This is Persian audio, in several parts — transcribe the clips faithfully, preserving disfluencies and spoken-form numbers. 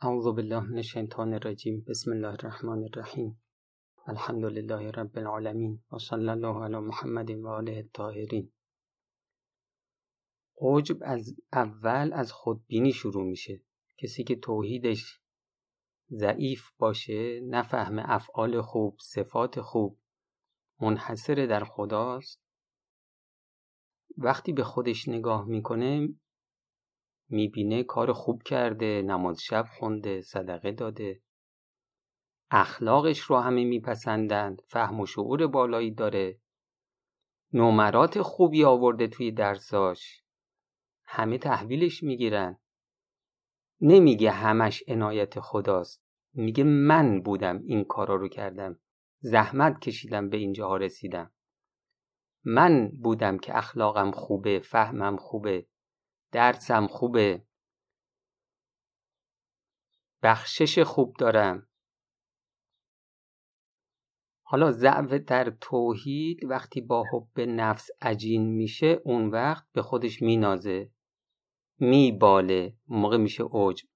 اعوذ بالله من الشیطان الرجیم. بسم الله الرحمن الرحیم. الحمد لله رب العالمین و صلی الله علی محمد و آله الطاهرین. عجب از اول از خودبینی شروع میشه. کسی که توحیدش ضعیف باشه، نفهم افعال خوب، صفات خوب، منحصر در خداست، وقتی به خودش نگاه میکنه میبینه کار خوب کرده، نماز شب خونده، صدقه داده، اخلاقش رو همه میپسندند، فهم و شعور بالایی داره، نمرات خوبی آورده توی درساش، همه تحویلش میگیرن. نمیگه همش عنایت خداست، میگه من بودم این کارا رو کردم، زحمت کشیدم به اینجاها رسیدم، من بودم که اخلاقم خوبه، فهمم خوبه، درسم خوبه، بخشش خوب دارم. حالا ضعف در توحید وقتی با حب نفس عجین میشه، اون وقت به خودش مینازه، میباله، موقع میشه عجب.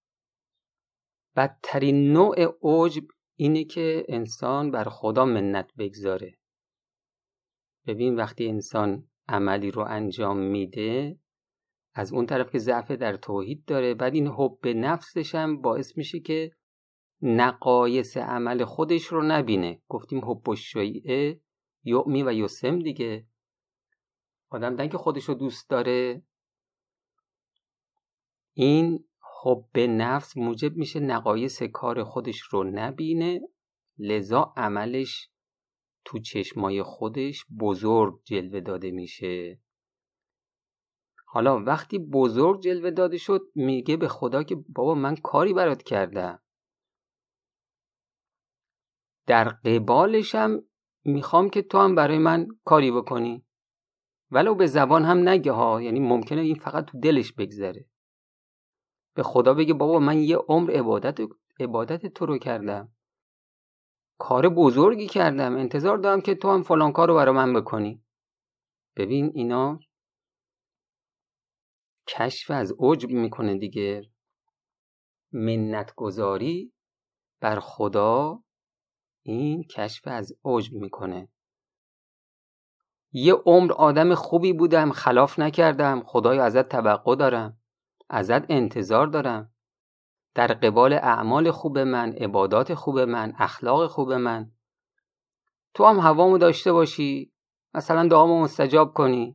بدترین نوع عجب اینه که انسان بر خدا منت بگذاره. ببین وقتی انسان عملی رو انجام میده، از اون طرف که ضعف در توحید داره، بعد این حب نفسش هم باعث میشه که نقایص عمل خودش رو نبینه. گفتیم حب الشیء یعمی و یسم دیگه. آدم دن که خودش رو دوست داره، این حب نفس موجب میشه نقایص کار خودش رو نبینه، لذا عملش تو چشمای خودش بزرگ جلوه داده میشه. حالا وقتی بزرگ جلوه داده شد، میگه به خدا که بابا من کاری برات کردم، در قبالش هم میخوام که تو هم برای من کاری بکنی، ولو به زبان هم نگه ها، یعنی ممکنه این فقط تو دلش بگذره. به خدا بگه بابا من یه عمر عبادت عبادت تو رو کردم، کار بزرگی کردم، انتظار دارم که تو هم فلان کار رو برای من بکنی. ببین اینا کشف از عجب میکنه دیگه. منت گذاری بر خدا این کشف از عجب میکنه. یه عمر آدم خوبی بودم، خلاف نکردم، خدایا ازت توقع دارم، ازت انتظار دارم، در قبال اعمال خوب من، عبادات خوب من، اخلاق خوب من تو هم هوامو داشته باشی، مثلا دعامو مستجاب کنی.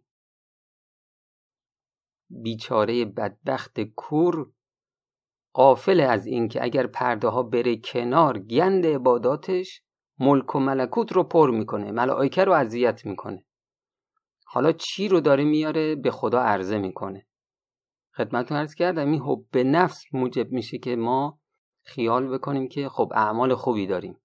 بیچاره بدبخت کور غافل از این که اگر پرده ها بره کنار، گند عباداتش ملک و ملکوت رو پر میکنه، ملائکه رو اذیت میکنه. حالا چی رو داره میاره به خدا عرضه میکنه. خدمتتون عرض کردم این حب نفس موجب میشه که ما خیال بکنیم که خب اعمال خوبی داریم.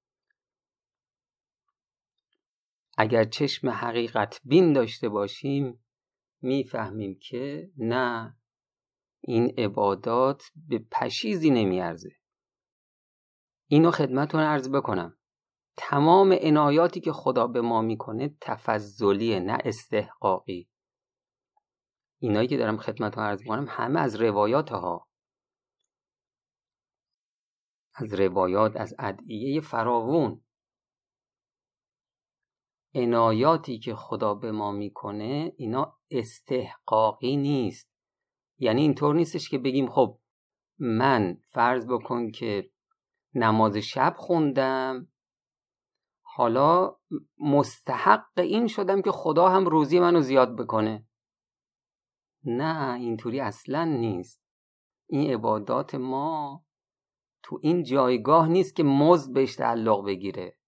اگر چشم حقیقت بین داشته باشیم میفهمیم که نه، این عبادات به پشیزی نمیارزه. اینو خدمتتون عرض بکنم، تمام عنایاتی که خدا به ما میکنه تفضلیه، نه استحقاقی. اینایی که دارم خدمتتون عرض میکنم همه از روایات ها، از روایات، از ادعیه فراوون. عنایاتی که خدا به ما میکنه اینا استحقاقی نیست. یعنی اینطور نیستش که بگیم خب من فرض بکن که نماز شب خوندم، حالا مستحق این شدم که خدا هم روزی منو زیاد بکنه. نه، اینطوری اصلا نیست. این عبادات ما تو این جایگاه نیست که مزد بهش تعلق بگیره.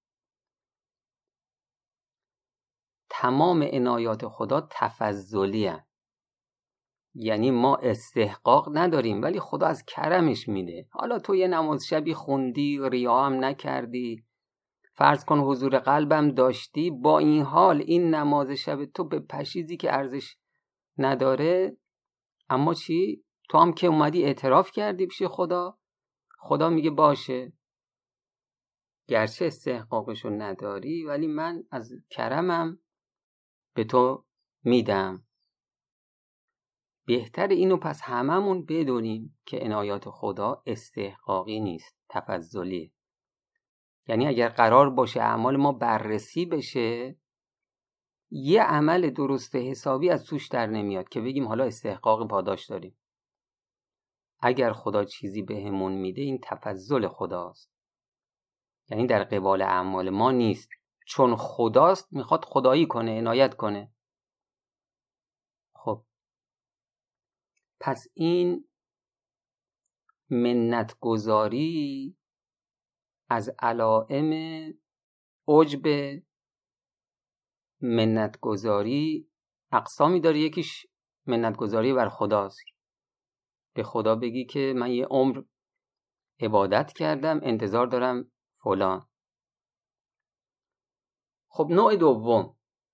تمام عنایات خدا تفضلی هست. یعنی ما استحقاق نداریم ولی خدا از کرمش میده. حالا تو یه نماز شبی خوندی، ریا هم نکردی، فرض کن حضور قلبم داشتی، با این حال این نماز شب تو به پشیزی که ارزش نداره، اما چی؟ تو هم که اومدی اعتراف کردی پیش خدا، خدا میگه باشه، گرچه استحقاقشو نداری ولی من از کرمم به تو میدم. بهتر اینو پس هممون بدونیم که عنایات خدا استحقاقی نیست، تفضلی. یعنی اگر قرار باشه اعمال ما بررسی بشه، یه عمل درست حسابی از توش در نمیاد که بگیم حالا استحقاق پاداش داریم. اگر خدا چیزی بهمون میده این تفضل خداست، یعنی در قبال اعمال ما نیست، چون خداست میخواد خدایی کنه، عنایت کنه. خب پس این منت گذاری از علائم عجب منت گذاری اقسامی داره. یکیش منت گذاری بر خداست، به خدا بگی که من یه عمر عبادت کردم، انتظار دارم فلان. خب نوع دوم،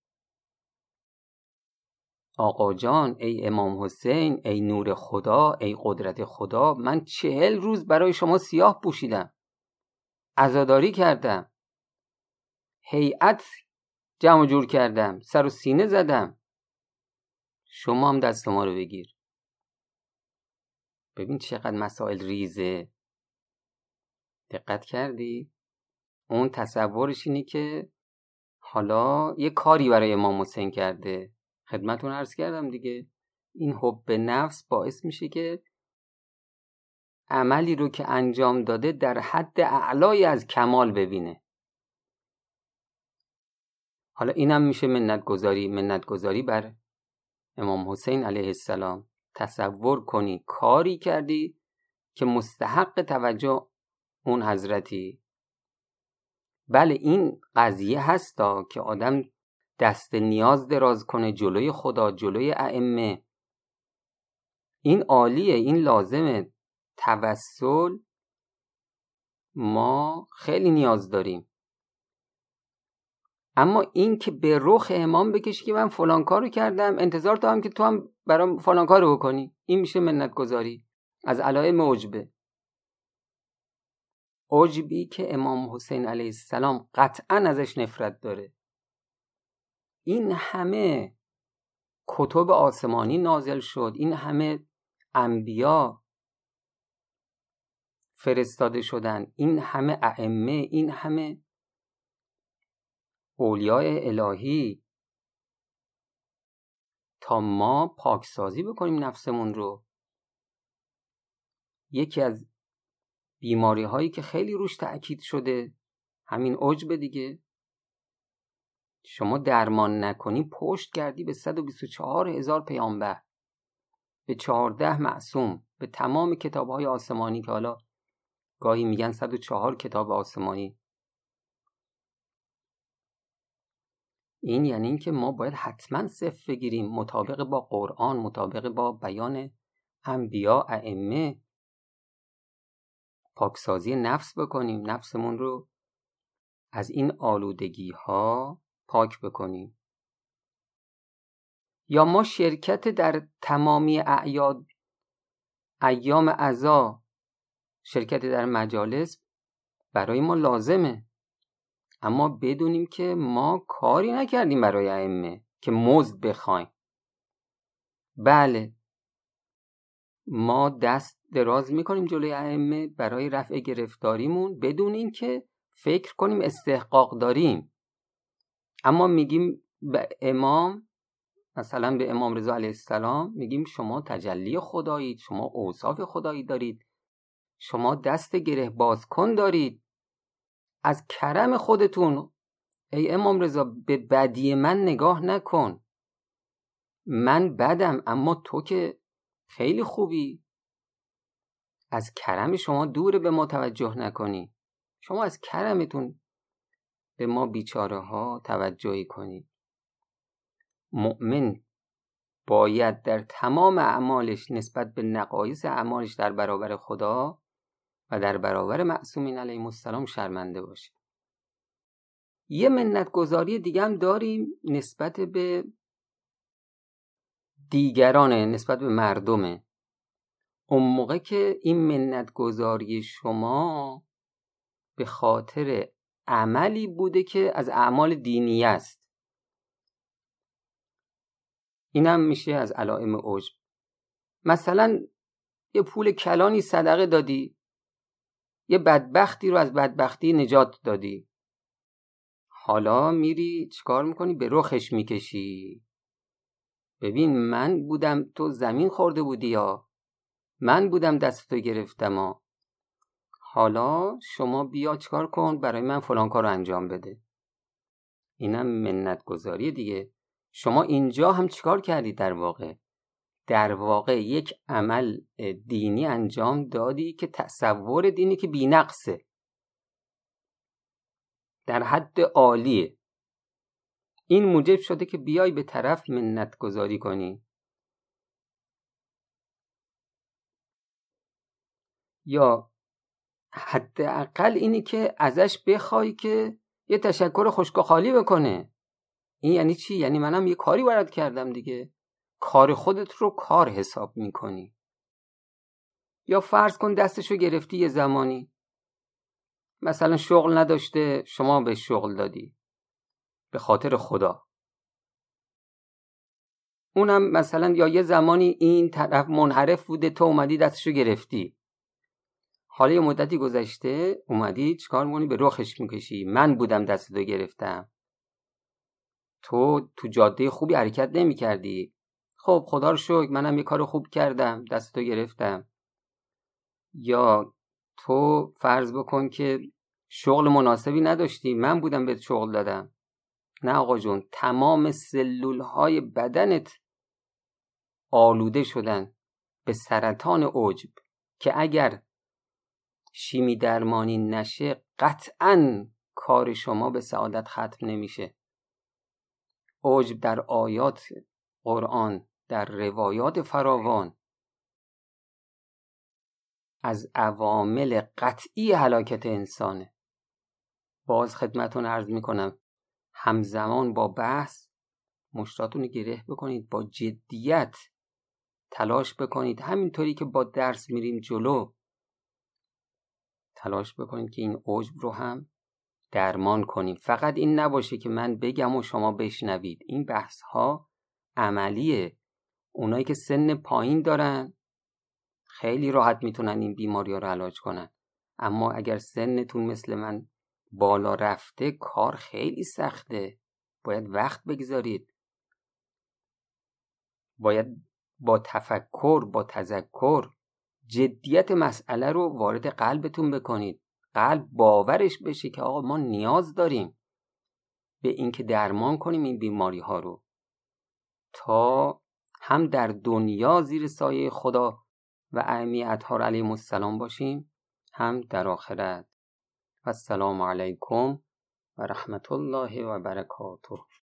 آقا جان، ای امام حسین، ای نور خدا، ای قدرت خدا، من چهل روز برای شما سیاه پوشیدم، عزاداری کردم، هیئت جمع جور کردم، سر و سینه زدم، شما هم دست ما رو بگیر. ببین چقدر مسائل ریزه. دقت کردی؟ اون تصورش اینه که حالا یه کاری برای امام حسین کرده. خدمتون عرض کردم دیگه، این حب نفس باعث میشه که عملی رو که انجام داده در حد اعلای از کمال ببینه. حالا اینم میشه منت گذاری. منت گذاری بر امام حسین علیه السلام. تصور کنی کاری کردی که مستحق توجه اون حضرتی. بله این قضیه هستا که آدم دست نیاز دراز کنه جلوی خدا، جلوی ائمه. این عالیه، این لازمه. توسل ما خیلی نیاز داریم. اما این که به رخ امام بکشی که من فلان کارو کردم، انتظار دارم که تو هم برام فلان کارو بکنی، این میشه منت گذاری از علائم عجبه. عجبی که امام حسین علیه السلام قطعا ازش نفرت داره. این همه کتب آسمانی نازل شد، این همه انبیا فرستاده شدن، این همه ائمه، این همه اولیاء الهی، تا ما پاکسازی بکنیم نفسمون رو. یکی از بیماری هایی که خیلی روش تأکید شده همین عجب دیگه. شما درمان نکنی پشت کردی به صد و بیست و چهار هزار پیامبر، به چهارده معصوم، به تمام کتاب های آسمانی که حالا گاهی میگن صد و چهار کتاب آسمانی. این یعنی این که ما باید حتما صف بگیریم مطابق با قرآن، مطابق با بیان انبیا، ائمه، پاکسازی نفس بکنیم، نفسمون رو از این آلودگی ها پاک بکنیم. یا ما شرکت در تمامی اعیاد، ایام عزا، شرکت در مجالس برای ما لازمه، اما بدونیم که ما کاری نکردیم برای ائمه که مزد بخوایم. بله ما دست دراز میکنیم جلوی ائمه برای رفع گرفتاریمون، بدونیم که فکر کنیم استحقاق داریم، اما میگیم به امام، مثلا به امام رضا علیه السلام میگیم شما تجلی خدایید، شما اوصاف خدایی دارید، شما دست گره باز کن دارید، از کرم خودتون ای امام رضا به بدی من نگاه نکن، من بدم اما تو که خیلی خوبی، از کرم شما دور به ما توجه نکنی، شما از کرمتون به ما بیچاره ها توجهی کنید. مؤمن باید در تمام اعمالش نسبت به نقایص اعمالش در برابر خدا و در برابر معصومین علیهم السلام شرمنده باشه. یه منت گذاری دیگه هم داریم نسبت به دیگرانه، نسبت به مردمه. اون موقع که این منت گذاری شما به خاطر عملی بوده که از اعمال دینی است، اینم میشه از علائم عجب. مثلا یه پول کلانی صدقه دادی، یه بدبختی رو از بدبختی نجات دادی، حالا میری چیکار میکنی؟ به رخش میکشی. ببین من بودم تو زمین خورده بودی، یا من بودم دستتو گرفتم ها. حالا شما بیا چیکار کن؟ برای من فلان کار رو انجام بده. اینم منت گذاری دیگه. شما اینجا هم چیکار کردی؟ در واقع در واقع یک عمل دینی انجام دادی که تصور دینی که بی‌نقصه، در حد عالیه. این موجب شده که بیای به طرف منت گذاری کنی، یا حداقل اینی که ازش بخوای که یه تشکر خشک و خالی بکنه. این یعنی چی؟ یعنی منم یه کاری برات کردم دیگه، کار خودت رو کار حساب میکنی. یا فرض کن دستشو گرفتی یه زمانی، مثلا شغل نداشته، شما به شغل دادی به خاطر خدا، اونم مثلا یا یه زمانی این طرف منحرف بوده، تو اومدی دستشو گرفتی، حالا یه مدتی گذشته اومدی چیکار می‌کنی؟ به رخش میکشی. من بودم دستتو گرفتم، تو تو جاده خوبی حرکت نمی کردی، خب خدا رو شکر منم یه کار خوب کردم دستتو گرفتم. یا تو فرض بکن که شغل مناسبی نداشتی، من بودم بهت شغل دادم. نه آقا جون، تمام سلول های بدنت آلوده شدن به سرطان عجب که اگر شیمی درمانی نشه قطعاً کار شما به سعادت ختم نمیشه. عجب در آیات قرآن، در روایات فراوان، از عوامل قطعی هلاکت انسانه. باز خدمتون عرض میکنم، همزمان با بحث مشتاتون گره بکنید، با جدیت تلاش بکنید، همینطوری که با درس میریم جلو تلاش بکنید که این عجب رو هم درمان کنیم. فقط این نباشه که من بگم و شما بشنوید. این بحث ها عملیه. اونایی که سن پایین دارن خیلی راحت میتونن این بیماری ها رو علاج کنن، اما اگر سنتون مثل من بالا رفته کار خیلی سخته، باید وقت بگذارید، باید با تفکر با تذکر جدیت مسئله رو وارد قلبتون بکنید، قلب باورش بشه که آقا ما نیاز داریم به این که درمان کنیم این بیماری ها رو، تا هم در دنیا زیر سایه خدا و ائمه اطهار علیهم السلام باشیم، هم در آخرت. السلام علیکم و رحمت الله و برکاته.